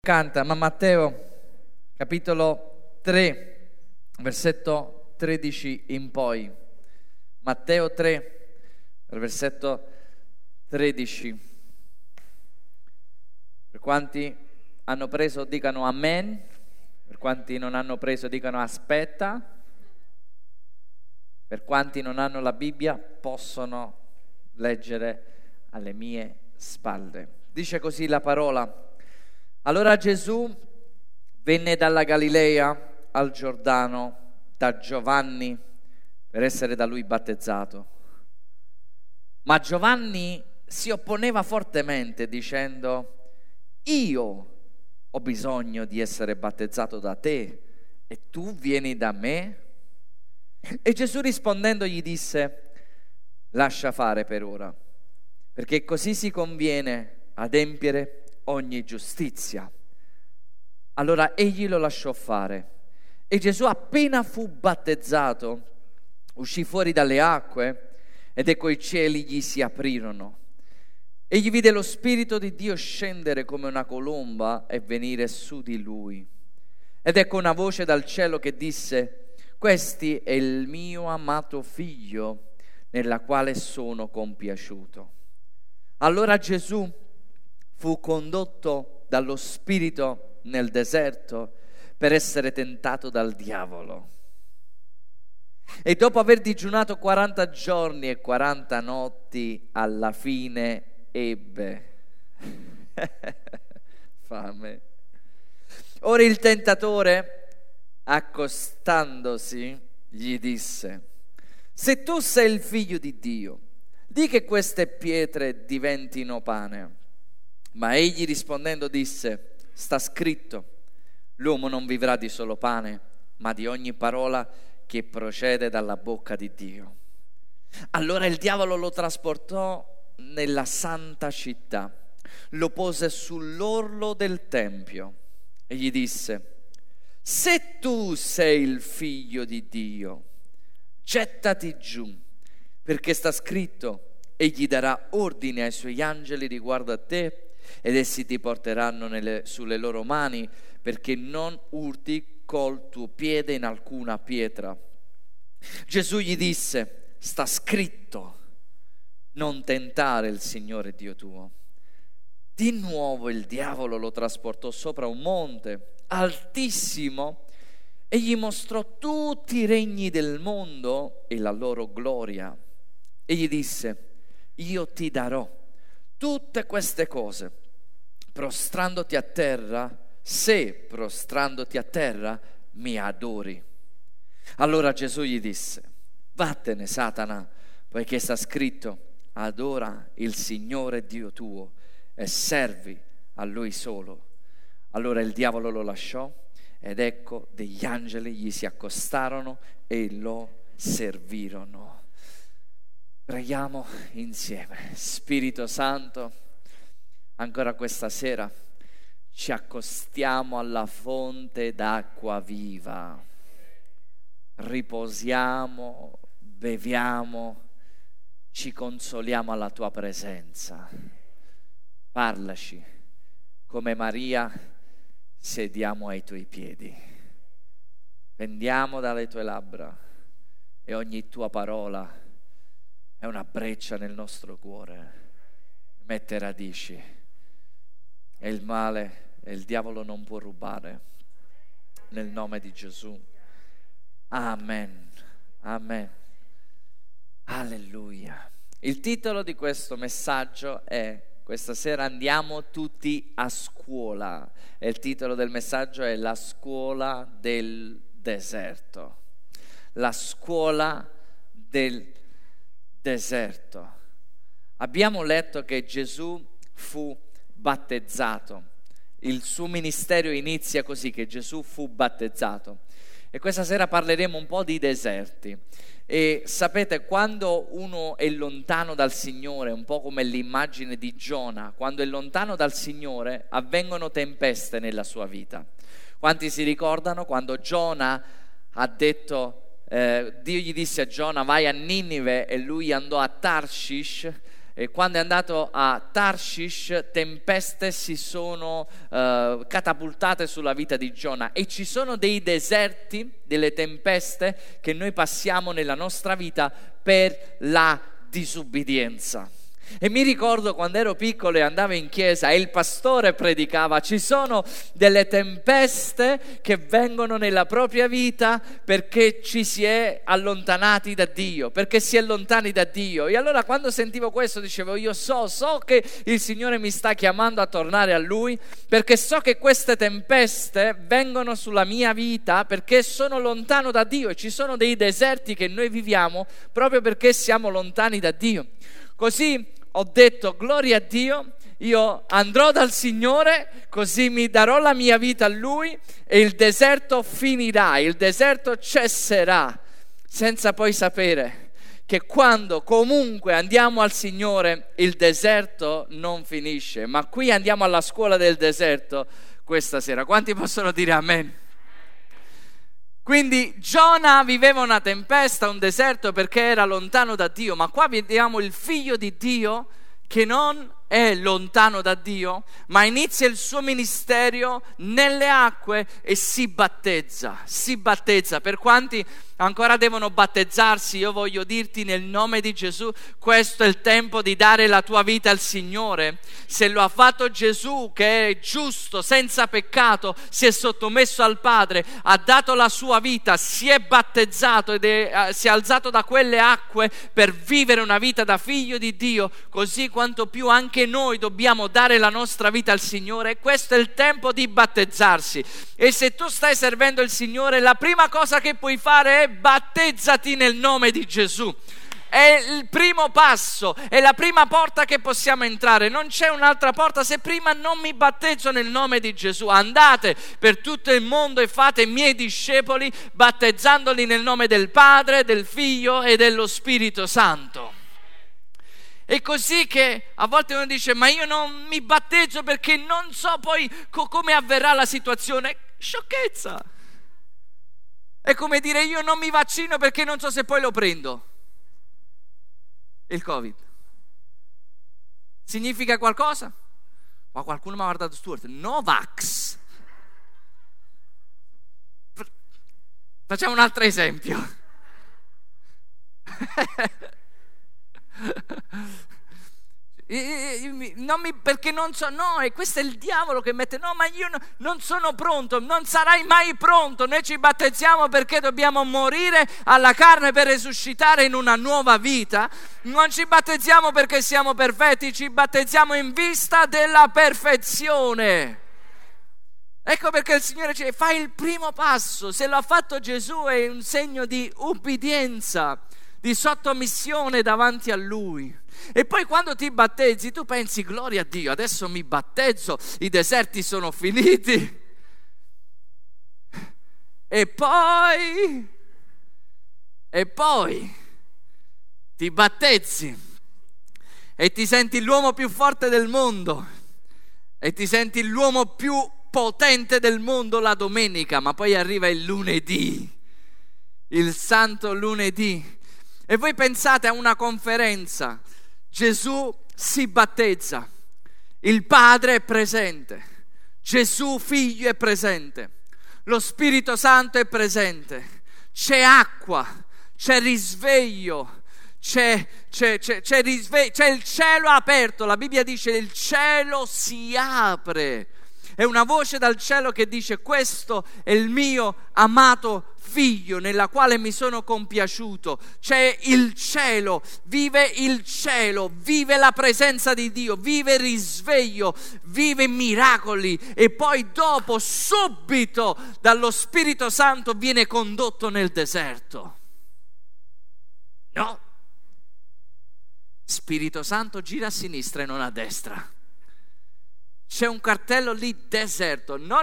Canta, ma Matteo capitolo 3, versetto 13 in poi. Matteo 3, versetto 13. Per quanti hanno preso dicano amen, per quanti non hanno preso dicano aspetta, per quanti non hanno la Bibbia possono leggere alle mie spalle. Dice così la parola. Allora Gesù venne dalla Galilea al Giordano da Giovanni per essere da lui battezzato. Ma Giovanni si opponeva fortemente dicendo: io ho bisogno di essere battezzato da te e tu vieni da me? E Gesù rispondendo gli disse: lascia fare per ora, perché così si conviene adempiere ogni giustizia. Allora egli lo lasciò fare e Gesù appena fu battezzato uscì fuori dalle acque ed ecco i cieli gli si aprirono. Egli vide lo Spirito di Dio scendere come una colomba e venire su di lui. Ed ecco una voce dal cielo che disse: questi è il mio amato figlio nella quale sono compiaciuto. Allora Gesù fu condotto dallo Spirito nel deserto per essere tentato dal diavolo. E dopo aver digiunato 40 giorni e 40 notti, alla fine ebbe fame. Ora il tentatore, accostandosi, gli disse: se tu sei il figlio di Dio, di che queste pietre diventino pane. Ma egli rispondendo disse: sta scritto, l'uomo non vivrà di solo pane, ma di ogni parola che procede dalla bocca di Dio. Allora il diavolo lo trasportò nella santa città, lo pose sull'orlo del tempio e gli disse: se tu sei il figlio di Dio, gettati giù, perché sta scritto, egli darà ordine ai suoi angeli riguardo a te, ed essi ti porteranno sulle loro mani, perché non urti col tuo piede in alcuna pietra. Gesù gli disse: sta scritto, non tentare il Signore Dio tuo. Di nuovo il diavolo lo trasportò sopra un monte altissimo e gli mostrò tutti i regni del mondo e la loro gloria. E gli disse: io ti darò tutte queste cose, prostrandoti a terra, se prostrandoti a terra mi adori. Allora Gesù gli disse: vattene Satana, poiché sta scritto, adora il Signore Dio tuo e servi a Lui solo. Allora il diavolo lo lasciò ed ecco degli angeli gli si accostarono e lo servirono. Preghiamo insieme. Spirito Santo, ancora questa sera ci accostiamo alla fonte d'acqua viva. Riposiamo, beviamo, ci consoliamo alla tua presenza. Parlaci, come Maria sediamo ai tuoi piedi. Pendiamo dalle tue labbra e ogni tua parola è una breccia nel nostro cuore, mette radici e il male e il diavolo non può rubare. Nel nome di Gesù. Amen. Amen. Alleluia. Il titolo di questo messaggio è: questa sera andiamo tutti a scuola. E il titolo del messaggio è La scuola del deserto. La scuola del deserto. Abbiamo letto che Gesù fu battezzato. Il suo ministero inizia così, che Gesù fu battezzato. E questa sera parleremo un po' di deserti. E sapete, quando uno è lontano dal Signore, un po' come l'immagine di Giona, quando è lontano dal Signore avvengono tempeste nella sua vita. Quanti si ricordano quando Giona ha detto, Dio gli disse a Giona: vai a Ninive, e lui andò a Tarshish quando è andato a Tarshish, tempeste si sono catapultate sulla vita di Giona, e ci sono dei deserti, delle tempeste che noi passiamo nella nostra vita per la disubbidienza. E mi ricordo quando ero piccolo e andavo in chiesa e il pastore predicava: ci sono delle tempeste che vengono nella propria vita perché ci si è allontanati da Dio, perché si è lontani da Dio. E allora quando sentivo questo dicevo: io so che il Signore mi sta chiamando a tornare a Lui, perché so che queste tempeste vengono sulla mia vita perché sono lontano da Dio, e ci sono dei deserti che noi viviamo proprio perché siamo lontani da Dio. Così ho detto: gloria a Dio, io andrò dal Signore, così mi darò la mia vita a Lui e il deserto finirà, il deserto cesserà, senza poi sapere che quando comunque andiamo al Signore il deserto non finisce. Ma qui andiamo alla scuola del deserto questa sera. Quanti possono dire amen? Quindi Giona viveva una tempesta, un deserto, perché era lontano da Dio, ma qua vediamo il figlio di Dio che non è lontano da Dio, ma inizia il suo ministero nelle acque e si battezza. Per quanti ancora devono battezzarsi, io voglio dirti nel nome di Gesù: questo è il tempo di dare la tua vita al Signore. Se lo ha fatto Gesù, che è giusto, senza peccato, si è sottomesso al Padre, ha dato la sua vita, si è battezzato si è alzato da quelle acque per vivere una vita da figlio di Dio, così quanto più anche noi dobbiamo dare la nostra vita al Signore. Questo è il tempo di battezzarsi. E se tu stai servendo il Signore, la prima cosa che puoi fare è battezzati nel nome di Gesù. È il primo passo, è la prima porta che possiamo entrare. Non c'è un'altra porta se prima non mi battezzo nel nome di Gesù. Andate per tutto il mondo e fate miei discepoli, battezzandoli nel nome del Padre, del Figlio e dello Spirito Santo. È così che a volte uno dice: ma io non mi battezzo perché non so poi come avverrà la situazione. Sciocchezza! È come dire: io non mi vaccino perché non so se poi lo prendo. Il Covid significa qualcosa? Ma qualcuno mi ha guardato Stuart: Novax. Facciamo un altro esempio. Perché non so, no, e questo è il diavolo che mette: no, ma io non sono pronto. Non sarai mai pronto. Noi ci battezziamo perché dobbiamo morire alla carne per risuscitare in una nuova vita. Non ci battezziamo perché siamo perfetti, ci battezziamo in vista della perfezione. Ecco perché il Signore dice: fai il primo passo. Se lo ha fatto Gesù è un segno di ubbidienza, di sottomissione davanti a Lui. E poi quando ti battezzi tu pensi: gloria a Dio, adesso mi battezzo, i deserti sono finiti. E poi ti battezzi e ti senti l'uomo più forte del mondo e ti senti l'uomo più potente del mondo la domenica, ma poi arriva il lunedì, il santo lunedì, e voi pensate a una conferenza. Gesù si battezza, il Padre è presente, Gesù Figlio è presente, lo Spirito Santo è presente, c'è acqua, c'è risveglio, c'è il cielo aperto. La Bibbia dice: il cielo si apre. È una voce dal cielo che dice: questo è il mio amato figlio nella quale mi sono compiaciuto. C'è il cielo, vive la presenza di Dio, vive il risveglio, vive miracoli, e poi dopo, subito, dallo Spirito Santo viene condotto nel deserto. No, Spirito Santo gira a sinistra e non a destra. C'è un cartello lì: deserto. No.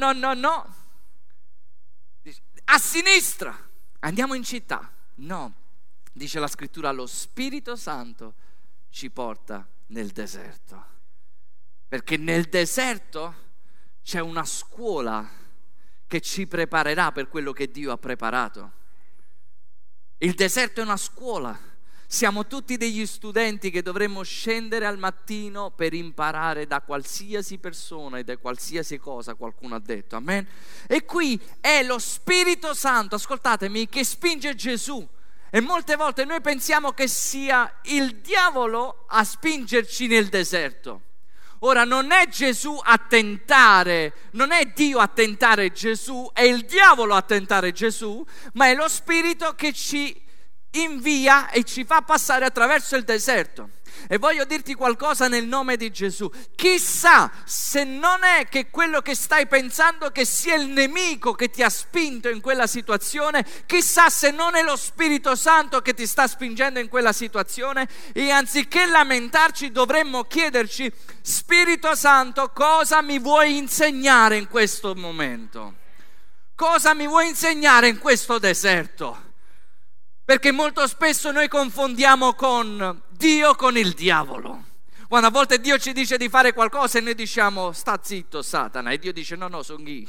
A sinistra, andiamo in città. No, dice la scrittura: lo Spirito Santo ci porta nel deserto, perché nel deserto c'è una scuola che ci preparerà per quello che Dio ha preparato. Il deserto è una scuola. siamo tutti degli studenti che dovremmo scendere al mattino per imparare da qualsiasi persona e da qualsiasi cosa qualcuno ha detto, amen? E qui è lo Spirito Santo, ascoltatemi, che spinge Gesù. E molte volte noi pensiamo che sia il diavolo a spingerci nel deserto. Ora, non è Gesù a tentare, non è Dio a tentare Gesù, è il diavolo a tentare Gesù, ma è lo Spirito che ci invia e ci fa passare attraverso il deserto. E voglio dirti qualcosa nel nome di Gesù: chissà se non è che quello che stai pensando che sia il nemico che ti ha spinto in quella situazione, chissà se non è lo Spirito Santo che ti sta spingendo in quella situazione. E anziché lamentarci dovremmo chiederci: Spirito Santo, cosa mi vuoi insegnare in questo momento? Cosa mi vuoi insegnare in questo deserto? Perché molto spesso noi confondiamo con Dio con il diavolo. Quando a volte Dio ci dice di fare qualcosa e noi diciamo sta zitto Satana, e Dio dice no, sono io.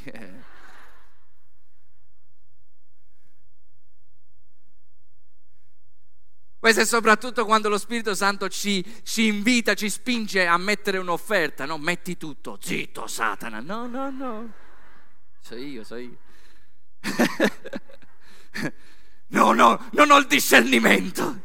Questo è soprattutto quando lo Spirito Santo ci invita, ci spinge a mettere un'offerta, no? Metti tutto, zitto Satana, no, so io. No, non ho il discernimento.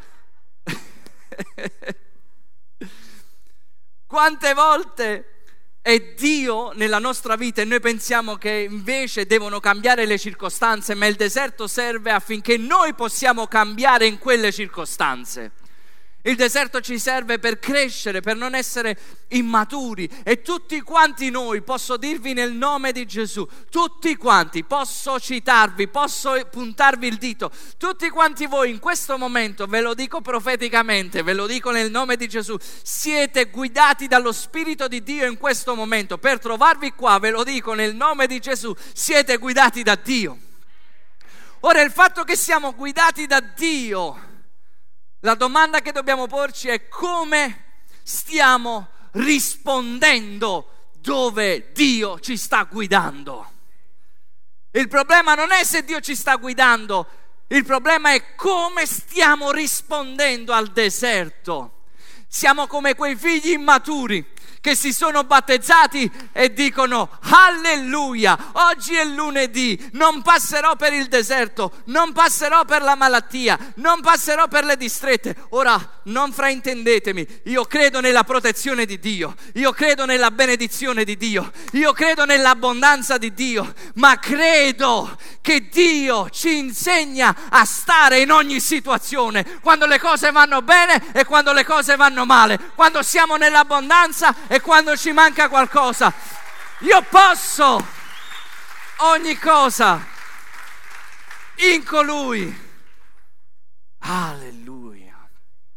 Quante volte è Dio nella nostra vita e noi pensiamo che invece devono cambiare le circostanze, ma il deserto serve affinché noi possiamo cambiare in quelle circostanze. Il deserto ci serve per crescere, per non essere immaturi, e tutti quanti noi, posso dirvi nel nome di Gesù, tutti quanti, posso citarvi, posso puntarvi il dito, tutti quanti voi in questo momento, ve lo dico profeticamente, ve lo dico nel nome di Gesù, siete guidati dallo Spirito di Dio in questo momento. Per trovarvi qua, ve lo dico nel nome di Gesù, siete guidati da Dio. Ora, il fatto che siamo guidati da Dio, la domanda che dobbiamo porci è: come stiamo rispondendo dove Dio ci sta guidando? Il problema non è se Dio ci sta guidando, il problema è come stiamo rispondendo al deserto. Siamo come quei figli immaturi che si sono battezzati e dicono alleluia, oggi è lunedì, non passerò per il deserto, non passerò per la malattia, non passerò per le distrette. Ora, non fraintendetemi, io credo nella protezione di Dio, io credo nella benedizione di Dio, io credo nell'abbondanza di Dio, ma credo che Dio ci insegna a stare in ogni situazione, quando le cose vanno bene e quando le cose vanno male, quando siamo nell'abbondanza e quando ci manca qualcosa. Io posso ogni cosa in colui. Alleluia.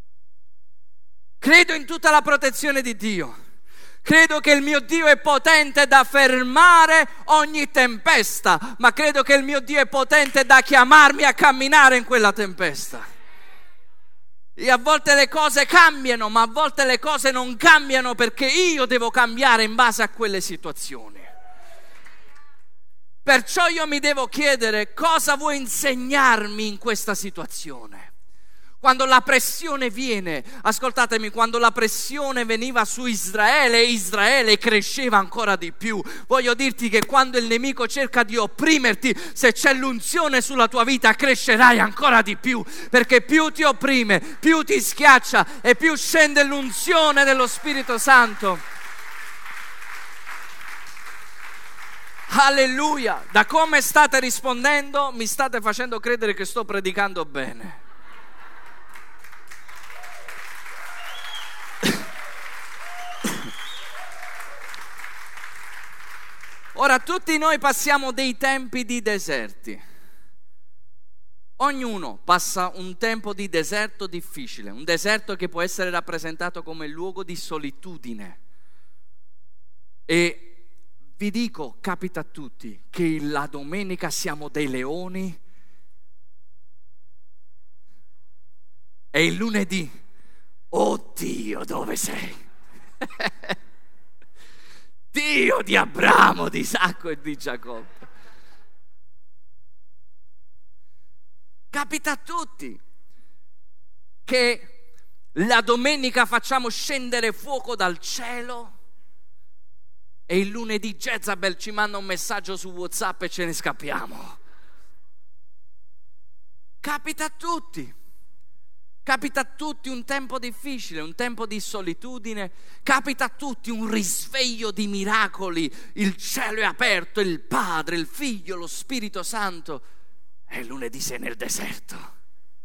Credo in tutta la protezione di Dio. Credo che il mio Dio è potente da fermare ogni tempesta, ma credo che il mio Dio è potente da chiamarmi a camminare in quella tempesta. E a volte le cose cambiano, ma a volte le cose non cambiano perché io devo cambiare in base a quelle situazioni. Perciò io mi devo chiedere: cosa vuoi insegnarmi in questa situazione? Quando la pressione viene, ascoltatemi, quando la pressione veniva su Israele, Israele cresceva ancora di più. Voglio dirti che quando il nemico cerca di opprimerti, se c'è l'unzione sulla tua vita, crescerai ancora di più, perché più ti opprime, più ti schiaccia e più scende l'unzione dello Spirito Santo. Alleluia! Da come state rispondendo, mi state facendo credere che sto predicando bene. Ora, tutti noi passiamo dei tempi di deserti. Ognuno passa un tempo di deserto difficile, un deserto che può essere rappresentato come luogo di solitudine. E vi dico, capita a tutti, che la domenica siamo dei leoni e il lunedì, oh Dio, dove sei? Dio di Abramo, di Isacco e di Giacobbe. Capita a tutti che la domenica facciamo scendere fuoco dal cielo e il lunedì Jezabel ci manda un messaggio su WhatsApp e ce ne scappiamo. Capita a tutti. Capita a tutti un tempo difficile, un tempo di solitudine, capita a tutti un risveglio di miracoli, il cielo è aperto, il Padre, il Figlio, lo Spirito Santo, e lunedì sei nel deserto.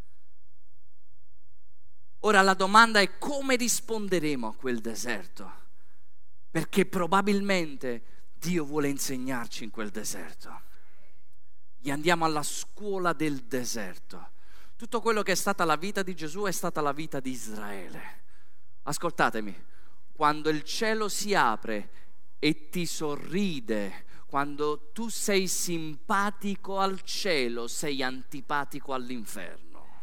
Ora la domanda è: come risponderemo a quel deserto? Perché probabilmente Dio vuole insegnarci in quel deserto. Gli andiamo alla scuola del deserto. Tutto quello che è stata la vita di Gesù è stata la vita di Israele. Ascoltatemi, quando il cielo si apre e ti sorride, quando tu sei simpatico al cielo, sei antipatico all'inferno.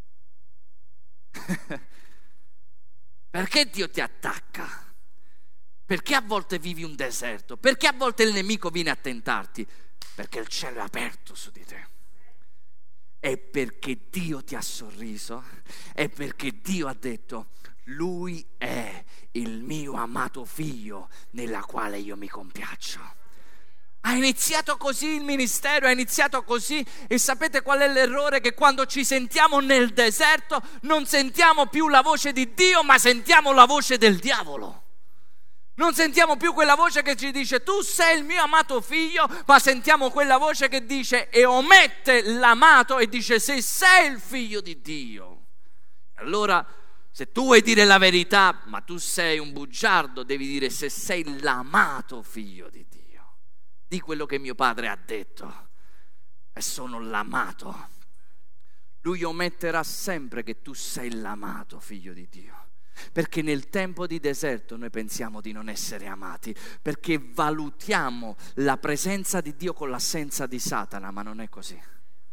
Perché Dio ti attacca? Perché a volte vivi un deserto? Perché a volte il nemico viene a tentarti? Perché il cielo è aperto su di te. È perché Dio ti ha sorriso, è perché Dio ha detto: Lui è il mio amato figlio nella quale io mi compiaccio. Ha iniziato così il ministero, ha iniziato così, e sapete qual è l'errore? Che quando ci sentiamo nel deserto non sentiamo più la voce di Dio, ma sentiamo la voce del diavolo. Non sentiamo più quella voce che ci dice: tu sei il mio amato figlio, ma sentiamo quella voce che dice e omette l'amato e dice: se sei il figlio di Dio. Allora, se tu vuoi dire la verità, ma tu sei un bugiardo, devi dire: se sei l'amato figlio di Dio. Di quello che mio padre ha detto, e sono l'amato. Lui ometterà sempre che tu sei l'amato figlio di Dio. Perché nel tempo di deserto noi pensiamo di non essere amati, perché valutiamo la presenza di Dio con l'assenza di Satana, ma non è così.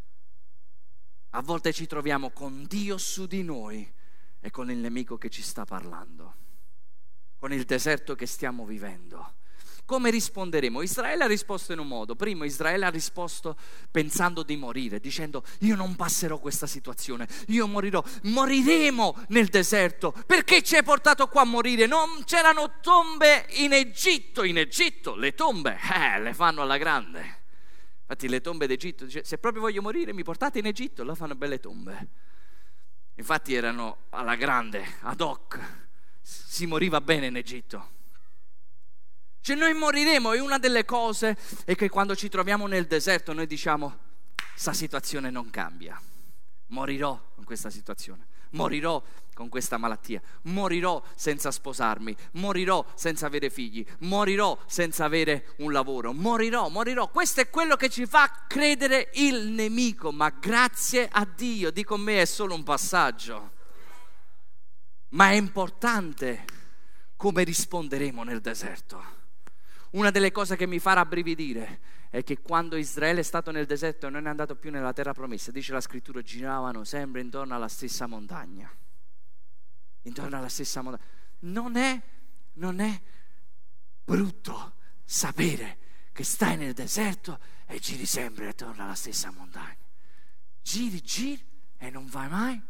A volte ci troviamo con Dio su di noi e con il nemico che ci sta parlando, con il deserto che stiamo vivendo. Come risponderemo? Israele ha risposto in un modo. Primo, Israele ha risposto pensando di morire, dicendo: io non passerò questa situazione, io morirò, moriremo nel deserto. Perché ci hai portato qua a morire? Non c'erano tombe in Egitto. In Egitto le tombe le fanno alla grande. Infatti le tombe d'Egitto, dice: se proprio voglio morire mi portate in Egitto, là fanno belle tombe. Infatti erano alla grande, ad hoc, si moriva bene in Egitto. Cioè noi moriremo, e una delle cose è che quando ci troviamo nel deserto noi diciamo: sta situazione non cambia, morirò con questa situazione, morirò con questa malattia, morirò senza sposarmi, morirò senza avere figli, morirò senza avere un lavoro, morirò. Questo è quello che ci fa credere il nemico, ma grazie a Dio, di con me, è solo un passaggio. Ma è importante come risponderemo nel deserto. Una delle cose che mi fa rabbrividire è che quando Israele è stato nel deserto e non è andato più nella terra promessa, dice la scrittura, giravano sempre intorno alla stessa montagna. Intorno alla stessa montagna. Non è brutto sapere che stai nel deserto e giri sempre intorno alla stessa montagna. Giri e non vai mai.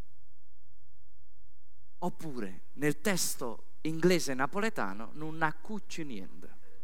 Oppure nel testo inglese napoletano non accucci niente.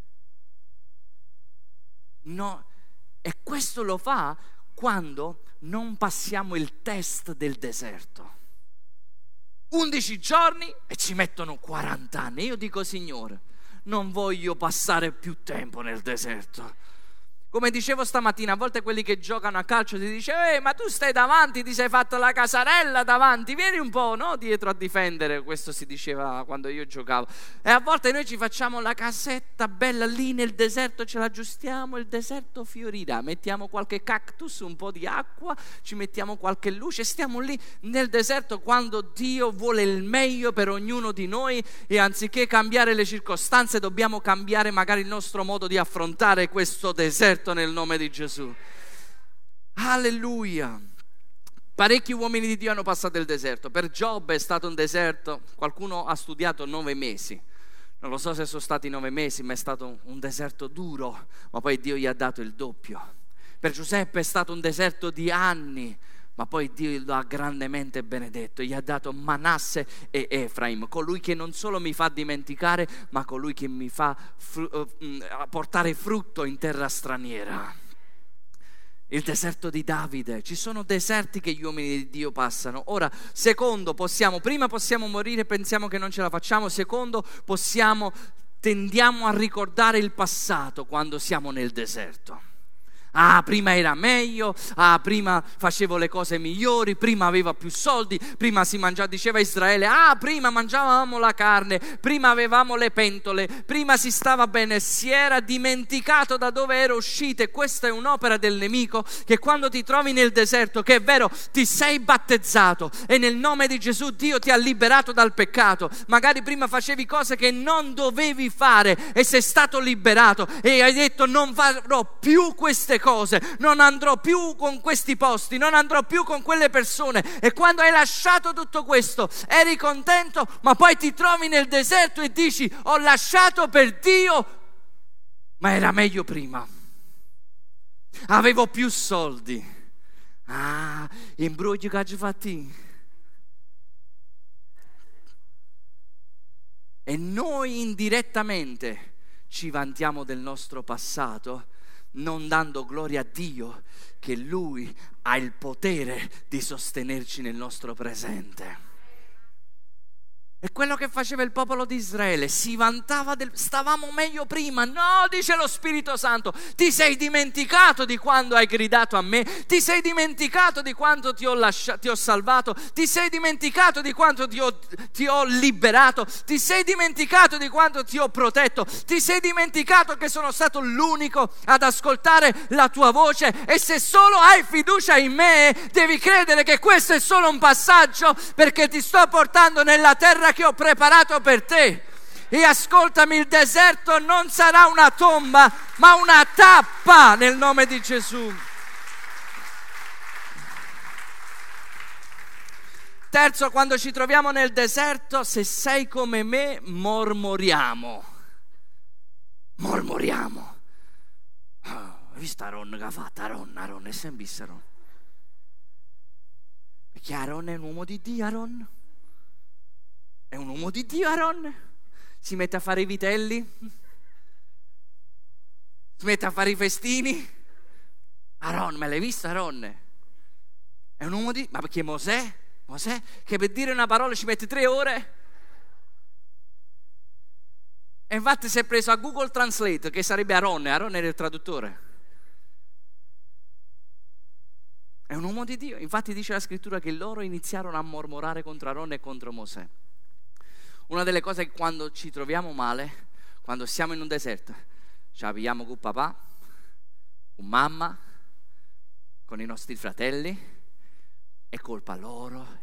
No, e questo lo fa quando non passiamo il test del deserto. 11 giorni e ci mettono 40 anni. Io dico: Signore, non voglio passare più tempo nel deserto. Come dicevo stamattina, a volte quelli che giocano a calcio ti dice: ma tu stai davanti, ti sei fatto la casarella davanti, vieni un po', no, dietro a difendere. Questo si diceva quando io giocavo. E a volte noi ci facciamo la casetta bella lì nel deserto, ce la aggiustiamo, il deserto fiorirà, mettiamo qualche cactus, un po' di acqua, ci mettiamo qualche luce, stiamo lì nel deserto quando Dio vuole il meglio per ognuno di noi, e anziché cambiare le circostanze dobbiamo cambiare magari il nostro modo di affrontare questo deserto nel nome di Gesù. Alleluia. Parecchi uomini di Dio hanno passato il deserto. Per Giobbe è stato un deserto, qualcuno ha studiato 9 mesi. Non lo so se sono stati 9 mesi, ma è stato un deserto duro, ma poi Dio gli ha dato il doppio. Per Giuseppe è stato un deserto di anni, Ma poi Dio lo ha grandemente benedetto, gli ha dato Manasse e Efraim, colui che non solo mi fa dimenticare, ma colui che mi fa portare frutto in terra straniera. Il deserto di Davide. Ci sono deserti che gli uomini di Dio passano. Ora, secondo, prima possiamo morire e pensiamo che non ce la facciamo. Secondo, tendiamo a ricordare il passato quando siamo nel deserto. Prima era meglio, prima facevo le cose migliori, prima aveva più soldi, prima si mangiava, diceva Israele, prima mangiavamo la carne, prima avevamo le pentole, prima si stava bene, si era dimenticato da dove era uscito. E questa è un'opera del nemico, che quando ti trovi nel deserto, che è vero, ti sei battezzato e nel nome di Gesù Dio ti ha liberato dal peccato, magari prima facevi cose che non dovevi fare e sei stato liberato e hai detto non farò più queste cose, non andrò più con questi posti, non andrò più con quelle persone. E quando hai lasciato tutto questo eri contento, ma poi ti trovi nel deserto e dici ho lasciato per Dio, ma era meglio prima, avevo più soldi, imbroglio che ci fatti. E noi indirettamente ci vantiamo del nostro passato, non dando gloria a Dio che Lui ha il potere di sostenerci nel nostro presente. È quello che faceva il popolo di Israele, si vantava stavamo meglio prima. No, dice lo Spirito Santo, ti sei dimenticato di quando hai gridato a me, ti sei dimenticato di quanto ti ho salvato, ti sei dimenticato di quanto ti ho liberato, ti sei dimenticato di quanto ti ho protetto, ti sei dimenticato che sono stato l'unico ad ascoltare la tua voce. E se solo hai fiducia in me, devi credere che questo è solo un passaggio, perché ti sto portando nella terra che ho preparato per te. E ascoltami, il deserto non sarà una tomba, ma una tappa nel nome di Gesù. Terzo, quando ci troviamo nel deserto, se sei come me, mormoriamo. Hai visto Aaron che ha fatto? Aaron è sempre Aaron. Perché Aaron è un uomo di Dio, Aaron. È un uomo di Dio, Aaron. Si mette a fare i vitelli, si mette a fare i festini. Aaron, me l'hai visto Aaron? È un uomo di... Ma perché Mosè, che per dire una parola ci mette 3 ore. E infatti si è preso a Google Translate, che sarebbe Aaron era il traduttore. È un uomo di Dio. Infatti dice la scrittura che loro iniziarono a mormorare contro Aaron e contro Mosè. Una delle cose è che quando ci troviamo male, quando siamo in un deserto, ci abbiamo con papà, con mamma, con i nostri fratelli, è colpa loro,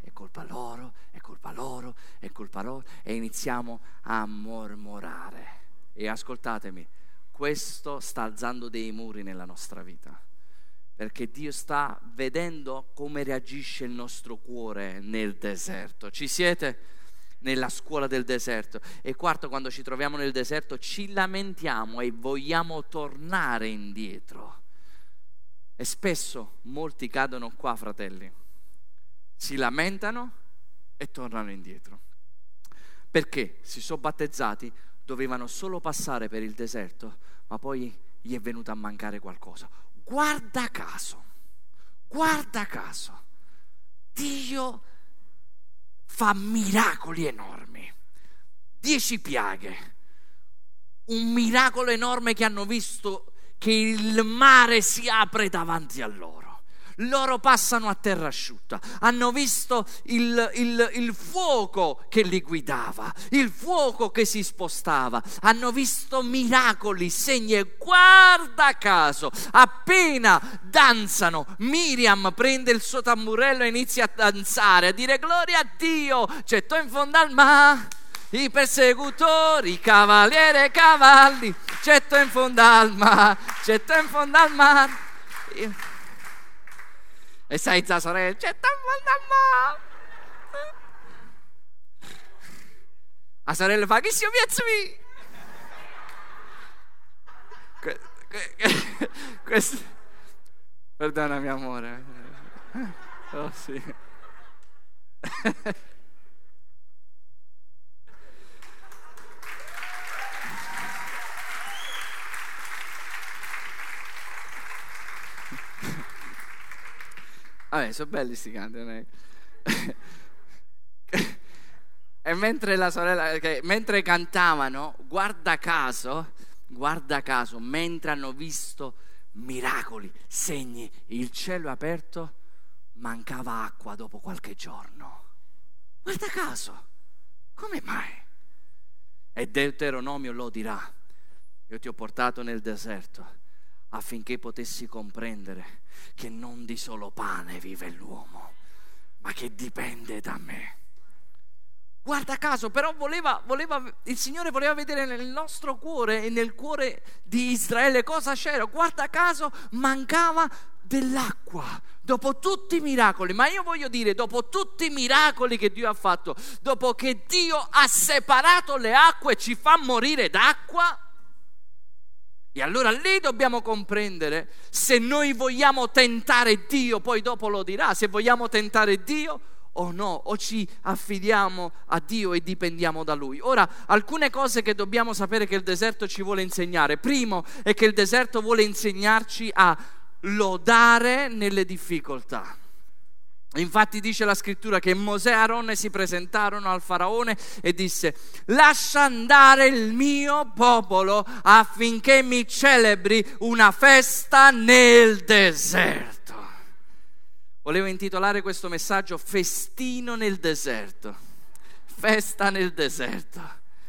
e iniziamo a mormorare. E ascoltatemi, questo sta alzando dei muri nella nostra vita, perché Dio sta vedendo come reagisce il nostro cuore nel deserto. Ci siete? Nella scuola del deserto. E quarto, quando ci troviamo nel deserto ci lamentiamo e vogliamo tornare indietro. E spesso molti cadono qua, fratelli, si lamentano e tornano indietro, perché si sono battezzati, dovevano solo passare per il deserto, ma poi gli è venuto a mancare qualcosa. Guarda caso, Dio fa miracoli enormi, 10 piaghe, un miracolo enorme che hanno visto che il mare si apre davanti a loro passano a terra asciutta, hanno visto il fuoco che li guidava, il fuoco che si spostava, hanno visto miracoli, segni. E guarda caso, appena danzano, Miriam prende il suo tamburello e inizia a danzare, a dire gloria a Dio, gettò in fondo al mare i persecutori, cavaliere e cavalli, gettò in fondo al mare. E sai tua sorella, c'è la sorella fa, che si piazza mi? Questo, perdonami amore. Oh sì. Vabbè, sono belli sti canti, non è? E mentre la sorella, mentre cantavano, guarda caso, mentre hanno visto miracoli, segni, il cielo aperto, mancava acqua dopo qualche giorno. Guarda caso, come mai? E Deuteronomio lo dirà: io ti ho portato nel deserto affinché potessi comprendere che non di solo pane vive l'uomo, ma che dipende da me. Guarda caso, però il Signore voleva vedere nel nostro cuore e nel cuore di Israele cosa c'era. Guarda caso, mancava dell'acqua dopo tutti i miracoli. Ma io voglio dire, dopo tutti i miracoli che Dio ha fatto, dopo che Dio ha separato le acque e ci fa morire d'acqua, e allora lì dobbiamo comprendere se noi vogliamo tentare Dio. Poi dopo lo dirà, se vogliamo tentare Dio o no, o ci affidiamo a Dio e dipendiamo da Lui. Ora, alcune cose che dobbiamo sapere che il deserto ci vuole insegnare. Primo è che il deserto vuole insegnarci a lodare nelle difficoltà. Infatti dice la scrittura che Mosè e Aronne si presentarono al faraone e disse: lascia andare il mio popolo affinché mi celebri una festa nel deserto. Volevo intitolare questo messaggio Festino nel deserto. Festa nel deserto.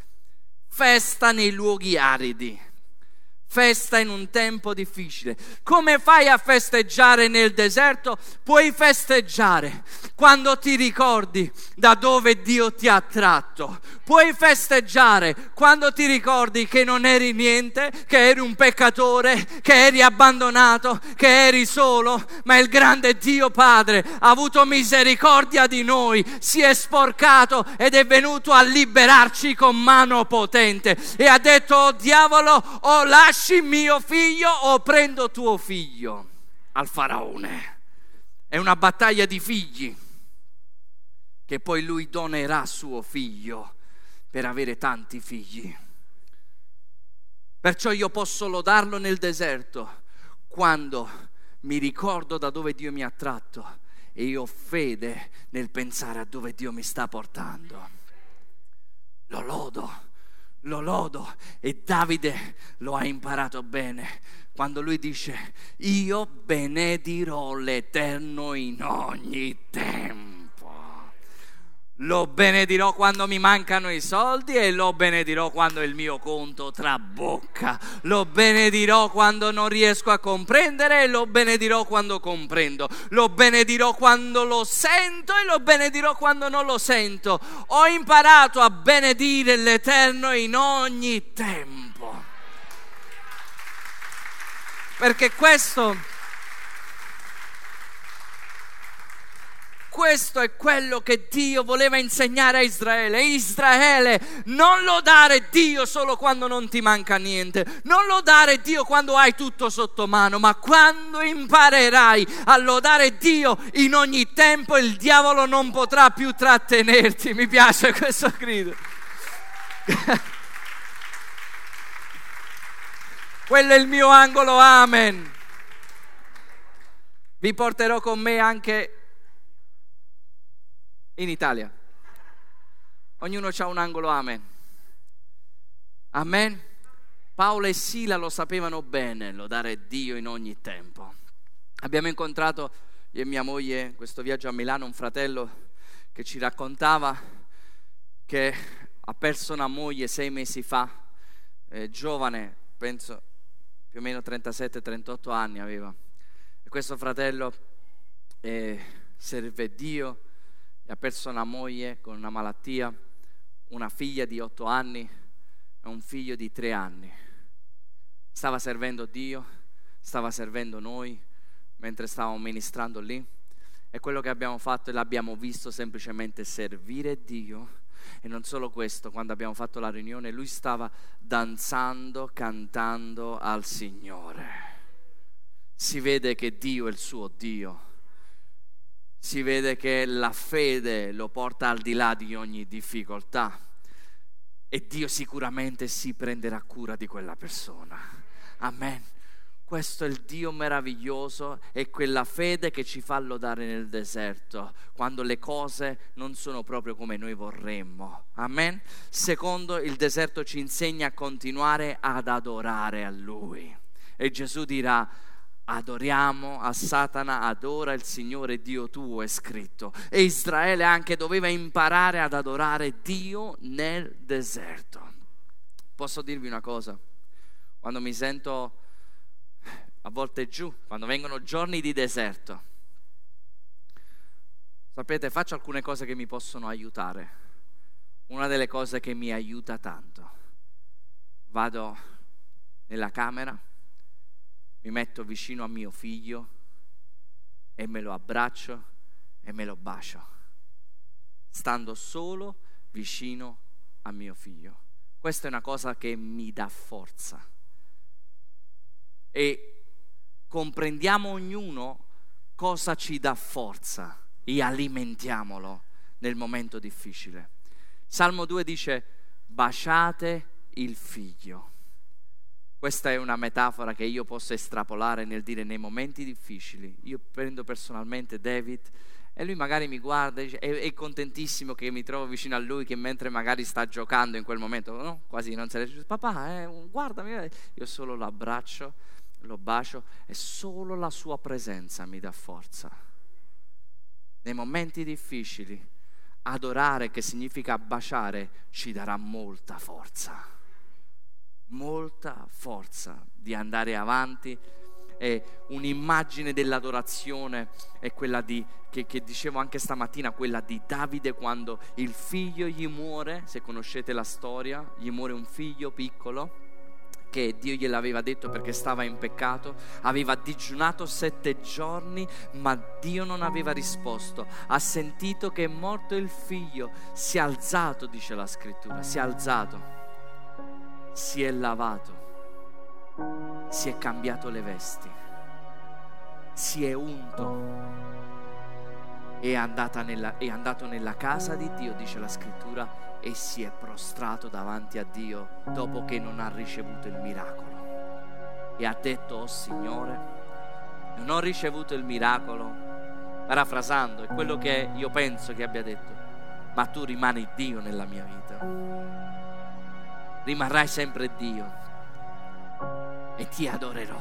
Festa nei luoghi aridi. Festa in un tempo difficile. Come fai a festeggiare nel deserto? Puoi festeggiare quando ti ricordi da dove Dio ti ha tratto. Puoi festeggiare quando ti ricordi che non eri niente, che eri un peccatore, che eri abbandonato, che eri solo, ma il grande Dio Padre ha avuto misericordia di noi, si è sporcato ed è venuto a liberarci con mano potente e ha detto: oh diavolo, o lasci mio figlio o prendo tuo figlio. Al faraone è una battaglia di figli che poi lui donerà suo figlio per avere tanti figli. Perciò io posso lodarlo nel deserto quando mi ricordo da dove Dio mi ha tratto e io ho fede nel pensare a dove Dio mi sta portando. Lo lodo, e Davide lo ha imparato bene quando lui dice: io benedirò l'Eterno in ogni tempo. Lo benedirò quando mi mancano i soldi e lo benedirò quando il mio conto trabocca. Lo benedirò quando non riesco a comprendere e lo benedirò quando comprendo. Lo benedirò quando lo sento e lo benedirò quando non lo sento. Ho imparato a benedire l'Eterno in ogni tempo. Perché questo è quello che Dio voleva insegnare a Israele. Israele, non lodare Dio solo quando non ti manca niente, non lodare Dio quando hai tutto sotto mano, ma quando imparerai a lodare Dio in ogni tempo, il diavolo non potrà più trattenerti. Mi piace questo grido. Quello è il mio angolo, amen. Vi porterò con me anche in Italia. Ognuno ha un angolo, amen. Amen. Paolo e Sila lo sapevano bene, lodare Dio in ogni tempo. Abbiamo incontrato, io e mia moglie, questo viaggio a Milano, un fratello che ci raccontava che ha perso una moglie 6 mesi fa, giovane, penso più o meno 37-38 anni aveva. E questo fratello serve Dio. Ha perso una moglie con una malattia, una figlia di 8 anni e un figlio di 3 anni. Stava servendo Dio, stava servendo noi mentre stavamo ministrando lì, e quello che abbiamo fatto e l'abbiamo visto semplicemente servire Dio. E non solo questo, quando abbiamo fatto la riunione lui stava danzando, cantando al Signore. Si vede che Dio è il suo Dio. si vede che la fede lo porta al di là di ogni difficoltà e Dio sicuramente si prenderà cura di quella persona. Amen. Questo è il Dio meraviglioso, è quella fede che ci fa lodare nel deserto, quando le cose non sono proprio come noi vorremmo. Amen. Secondo, il deserto ci insegna a continuare ad adorare a Lui. E Gesù dirà: adoriamo a Satana, adora il Signore Dio tuo, è scritto. E Israele anche doveva imparare ad adorare Dio nel deserto. Posso dirvi una cosa? Quando mi sento a volte giù, quando vengono giorni di deserto, sapete, faccio alcune cose che mi possono aiutare. Una delle cose che mi aiuta tanto: vado nella camera, mi metto vicino a mio figlio e me lo abbraccio e me lo bacio, stando solo vicino a mio figlio. Questa è una cosa che mi dà forza. E comprendiamo ognuno cosa ci dà forza e alimentiamolo nel momento difficile. Salmo 2 dice: baciate il figlio. Questa è una metafora che io posso estrapolare nel dire nei momenti difficili. Io prendo personalmente David e lui magari mi guarda e è contentissimo che mi trovo vicino a lui, che mentre magari sta giocando in quel momento, no? Quasi non se ne dice: papà, guardami. Io solo lo abbraccio, lo bacio e solo la sua presenza mi dà forza. Nei momenti difficili, adorare, che significa baciare, ci darà molta forza di andare avanti. E un'immagine dell'adorazione è quella che dicevo anche stamattina, quella di Davide quando il figlio gli muore. Se conoscete la storia, gli muore un figlio piccolo che Dio gliel'aveva detto perché stava in peccato, aveva digiunato 7 giorni, ma Dio non aveva risposto. Ha sentito che è morto il figlio, si è alzato, dice la scrittura, si è alzato, si è lavato, si è cambiato le vesti, si è unto, è andato nella casa di Dio, dice la scrittura, e si è prostrato davanti a Dio dopo che non ha ricevuto il miracolo e ha detto: oh Signore, non ho ricevuto il miracolo, parafrasando, è quello che io penso che abbia detto, ma tu rimani Dio nella mia vita, rimarrai sempre Dio e ti adorerò.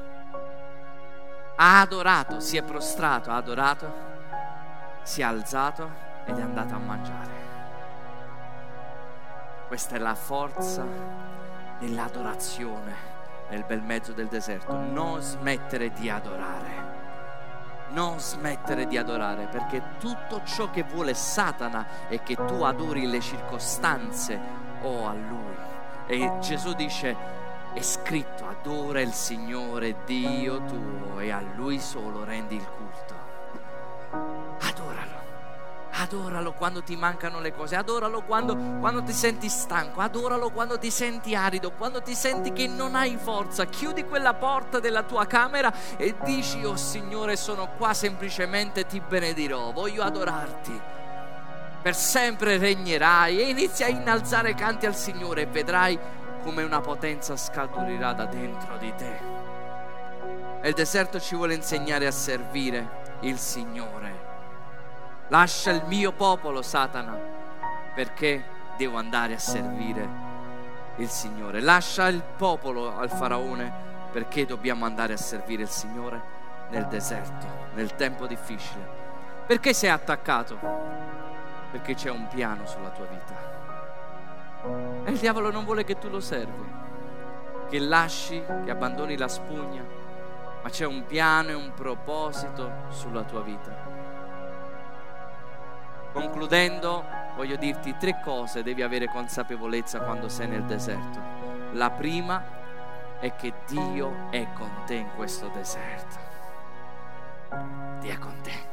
Ha adorato, si è prostrato, ha adorato, si è alzato ed è andato a mangiare. Questa è la forza dell'adorazione nel bel mezzo del deserto. Non smettere di adorare, non smettere di adorare, perché tutto ciò che vuole Satana è che tu adori le circostanze o a Lui. E Gesù dice: è scritto, adora il Signore Dio tuo e a Lui solo rendi il culto. Adoralo quando ti mancano le cose, adoralo quando ti senti stanco, adoralo quando ti senti arido, quando ti senti che non hai forza. Chiudi quella porta della tua camera e dici: oh Signore, sono qua, semplicemente ti benedirò, voglio adorarti, per sempre regnerai. E inizia a innalzare canti al Signore e vedrai come una potenza scaturirà da dentro di te. E il deserto ci vuole insegnare a servire il Signore. Lascia il mio popolo, Satana, perché devo andare a servire il Signore. Lascia il popolo al faraone, perché dobbiamo andare a servire il Signore nel deserto, nel tempo difficile. Perché sei attaccato? Perché c'è un piano sulla tua vita e il diavolo non vuole che tu lo servi, che lasci, che abbandoni la spugna, ma c'è un piano e un proposito sulla tua vita. Concludendo, voglio dirti 3 cose devi avere consapevolezza quando sei nel deserto. La prima è che Dio è con te in questo deserto. Dio è con te.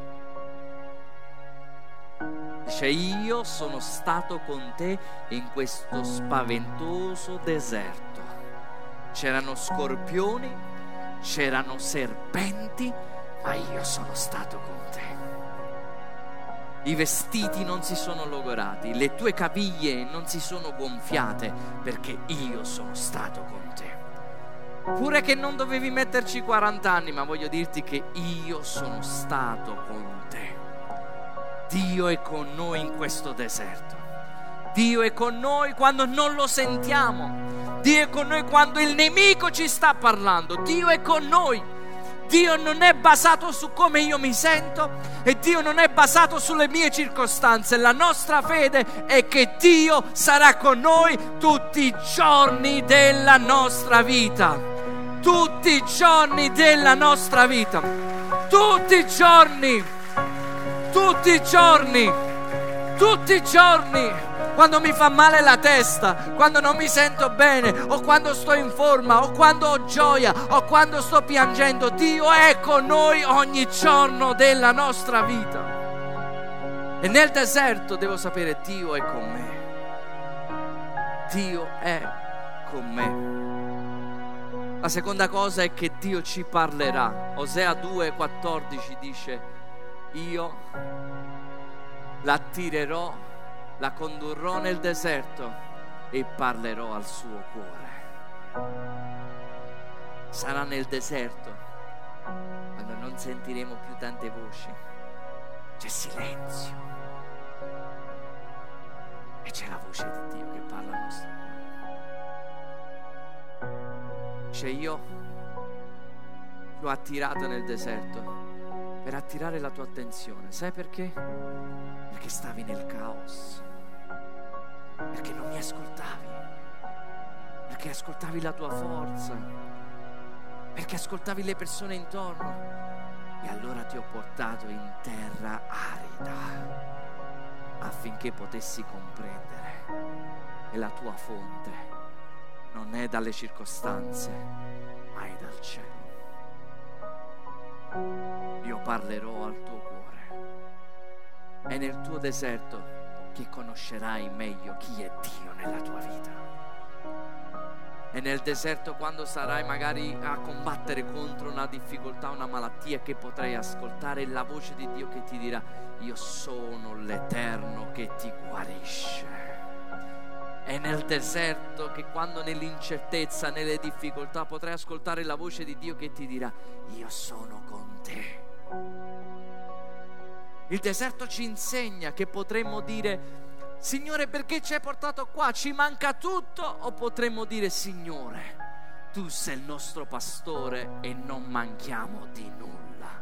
Dice: io sono stato con te in questo spaventoso deserto. C'erano scorpioni, c'erano serpenti, ma io sono stato con te. I vestiti non si sono logorati, le tue caviglie non si sono gonfiate, perché io sono stato con te. Pure che non dovevi metterci 40 anni, ma voglio dirti che io sono stato con te. Dio è con noi in questo deserto. Dio è con noi quando non lo sentiamo. Dio è con noi quando il nemico ci sta parlando. Dio è con noi. Dio non è basato su come io mi sento e Dio non è basato sulle mie circostanze. La nostra fede è che Dio sarà con noi tutti i giorni della nostra vita. Tutti i giorni della nostra vita. Tutti i giorni. Tutti i giorni. Tutti i giorni. Quando mi fa male la testa, quando non mi sento bene, o quando sto in forma, o quando ho gioia, o quando sto piangendo, Dio è con noi ogni giorno della nostra vita. E nel deserto devo sapere: Dio è con me. Dio è con me. La seconda cosa è che Dio ci parlerà. Osea 2,14 dice: io l'attirerò, la condurrò nel deserto e parlerò al suo cuore. Sarà nel deserto quando non sentiremo più tante voci, c'è silenzio e c'è la voce di Dio che parla al nostro cuore. Cioè, io ti ho attirato nel deserto per attirare la tua attenzione. Sai perché? Perché stavi nel caos, perché non mi ascoltavi, perché ascoltavi la tua forza, perché ascoltavi le persone intorno, e allora ti ho portato in terra arida affinché potessi comprendere che la tua fonte non è dalle circostanze ma è dal cielo. Io parlerò al tuo cuore. È nel tuo deserto che conoscerai meglio chi è Dio nella tua vita. È nel deserto, quando sarai magari a combattere contro una difficoltà, una malattia, che potrai ascoltare la voce di Dio che ti dirà: io sono l'Eterno che ti guarisce. È nel deserto che, quando nell'incertezza, nelle difficoltà, potrai ascoltare la voce di Dio che ti dirà: io sono con te. Il deserto ci insegna che potremmo dire: Signore, perché ci hai portato qua? Ci manca tutto. O potremmo dire: Signore, tu sei il nostro pastore e non manchiamo di nulla.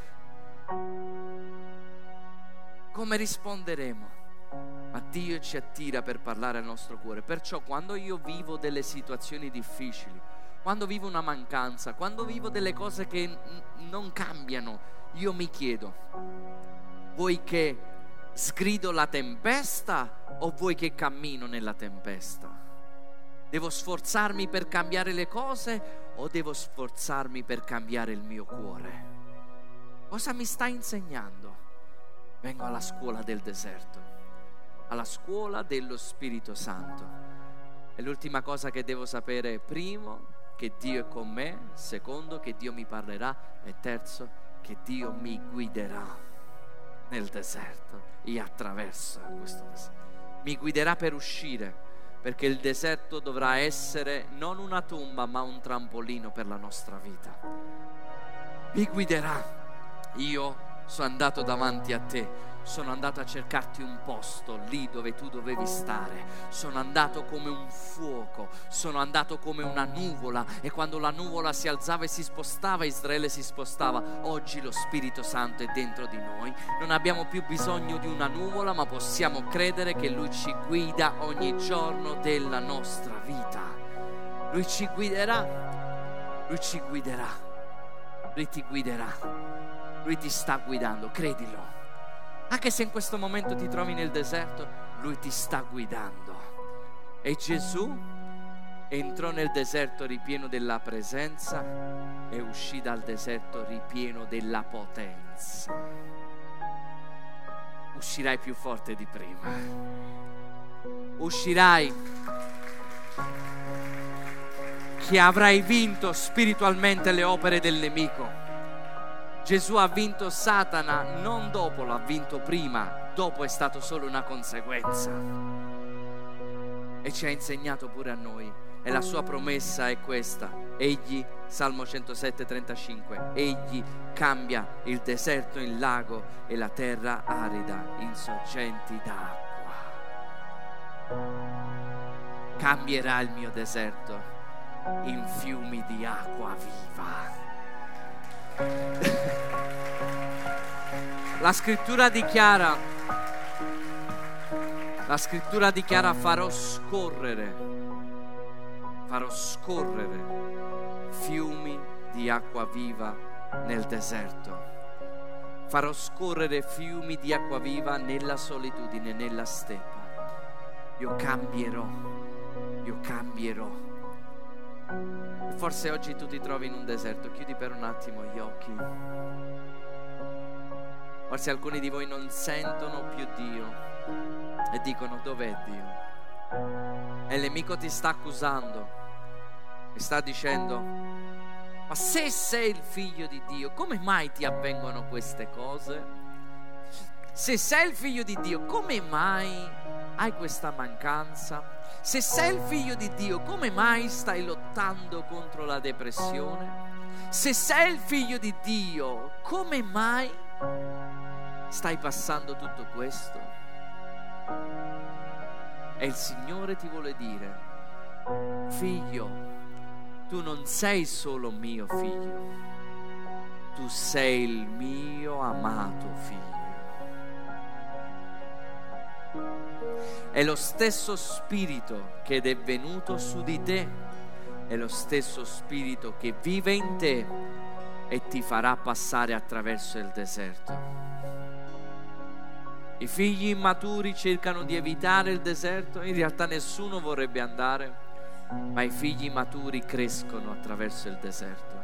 Come risponderemo? Ma Dio ci attira per parlare al nostro cuore. Perciò, quando io vivo delle situazioni difficili, quando vivo una mancanza, quando vivo delle cose che non cambiano, io mi chiedo: vuoi che sgrido la tempesta o vuoi che cammino nella tempesta? Devo sforzarmi per cambiare le cose o devo sforzarmi per cambiare il mio cuore? Cosa mi sta insegnando? Vengo alla scuola del deserto, alla scuola dello Spirito Santo. E l'ultima cosa che devo sapere: primo, che Dio è con me; secondo, che Dio mi parlerà; e terzo, che Dio mi guiderà nel deserto e attraverso questo deserto. Mi guiderà per uscire, perché il deserto dovrà essere non una tomba ma un trampolino per la nostra vita. Mi guiderà. Io sono andato davanti a te, sono andato a cercarti un posto lì dove tu dovevi stare. Sono andato come un fuoco, sono andato come una nuvola, e quando la nuvola si alzava e si spostava, Israele si spostava. Oggi lo Spirito Santo è dentro di noi. Non abbiamo più bisogno di una nuvola, ma possiamo credere che Lui ci guida ogni giorno della nostra vita. Lui ci guiderà, Lui ci guiderà, Lui ti guiderà, Lui ti sta guidando, credilo. Anche se in questo momento ti trovi nel deserto, Lui ti sta guidando. E Gesù entrò nel deserto ripieno della presenza e uscì dal deserto ripieno della potenza. Uscirai più forte di prima. Uscirai che avrai vinto spiritualmente le opere del nemico. Gesù ha vinto Satana non dopo, l'ha vinto prima dopo è stato solo una conseguenza. E ci ha insegnato pure a noi. E la sua promessa è questa. Egli, Salmo 107,35, egli cambia il deserto in lago e la terra arida in sorgenti d'acqua. Cambierà il mio deserto in fiumi di acqua viva. La scrittura dichiara farò scorrere fiumi di acqua viva nel deserto. Farò scorrere fiumi di acqua viva nella solitudine, nella steppa. Io cambierò. Forse oggi tu ti trovi in un deserto. Chiudi per un attimo gli occhi. Forse alcuni di voi non sentono più Dio e dicono: dov'è Dio? E il nemico ti sta accusando e sta dicendo: ma se sei il figlio di Dio, come mai ti avvengono queste cose? Se sei il figlio di Dio, come mai hai questa mancanza? Se sei il figlio di Dio, come mai stai lottando contro la depressione? Se sei il figlio di Dio, come mai stai passando tutto questo? E il Signore ti vuole dire: figlio, tu non sei solo mio figlio, tu sei il mio amato figlio. È lo stesso Spirito che è venuto su di te, è lo stesso Spirito che vive in te e ti farà passare attraverso il deserto. I figli immaturi cercano di evitare il deserto, in realtà nessuno vorrebbe andare, ma i figli maturi crescono attraverso il deserto.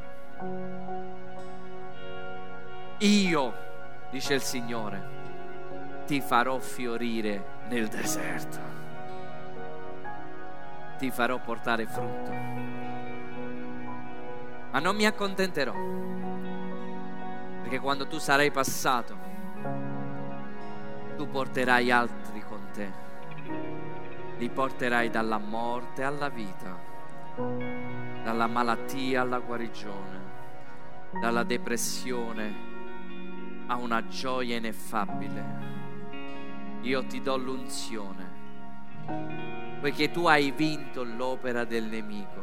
Io, dice il Signore, ti farò fiorire nel deserto, ti farò portare frutto, ma non mi accontenterò, perché quando tu sarai passato, tu porterai altri con te, li porterai dalla morte alla vita, dalla malattia alla guarigione, dalla depressione a una gioia ineffabile. Io ti do l'unzione, poiché tu hai vinto l'opera del nemico.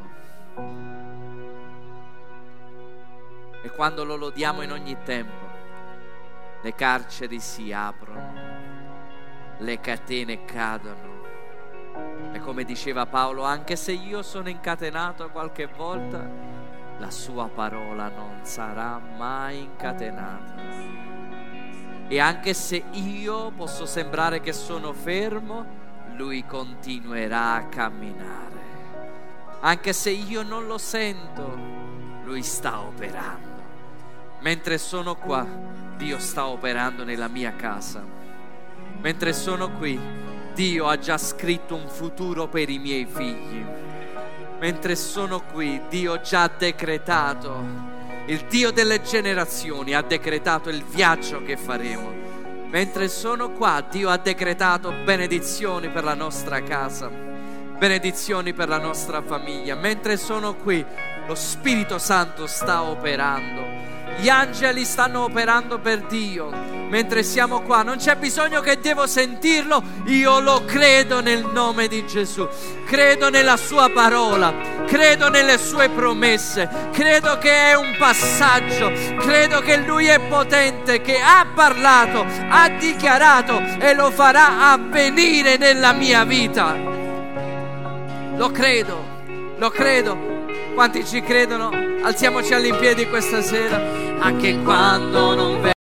E quando lo lodiamo in ogni tempo, le carceri si aprono, le catene cadono. E come diceva Paolo, anche se io sono incatenato qualche volta, la sua parola non sarà mai incatenata. E anche se io posso sembrare che sono fermo, lui continuerà a camminare. Anche se io non lo sento, lui sta operando. Mentre sono qua, Dio sta operando nella mia casa. Mentre sono qui, Dio ha già scritto un futuro per i miei figli. Mentre sono qui, Dio ha già decretato, il Dio delle generazioni ha decretato il viaggio che faremo. Mentre sono qua, Dio ha decretato benedizioni per la nostra casa, benedizioni per la nostra famiglia. Mentre sono qui, lo Spirito Santo sta operando. Gli angeli stanno operando per Dio. Mentre siamo qua, non c'è bisogno che devo sentirlo, io lo credo nel nome di Gesù. Credo nella sua parola, credo nelle sue promesse, credo che è un passaggio, credo che Lui è potente, che ha parlato, ha dichiarato e lo farà avvenire nella mia vita. Lo credo, lo credo. Quanti ci credono? Alziamoci all'impiedi questa sera. Anche quando non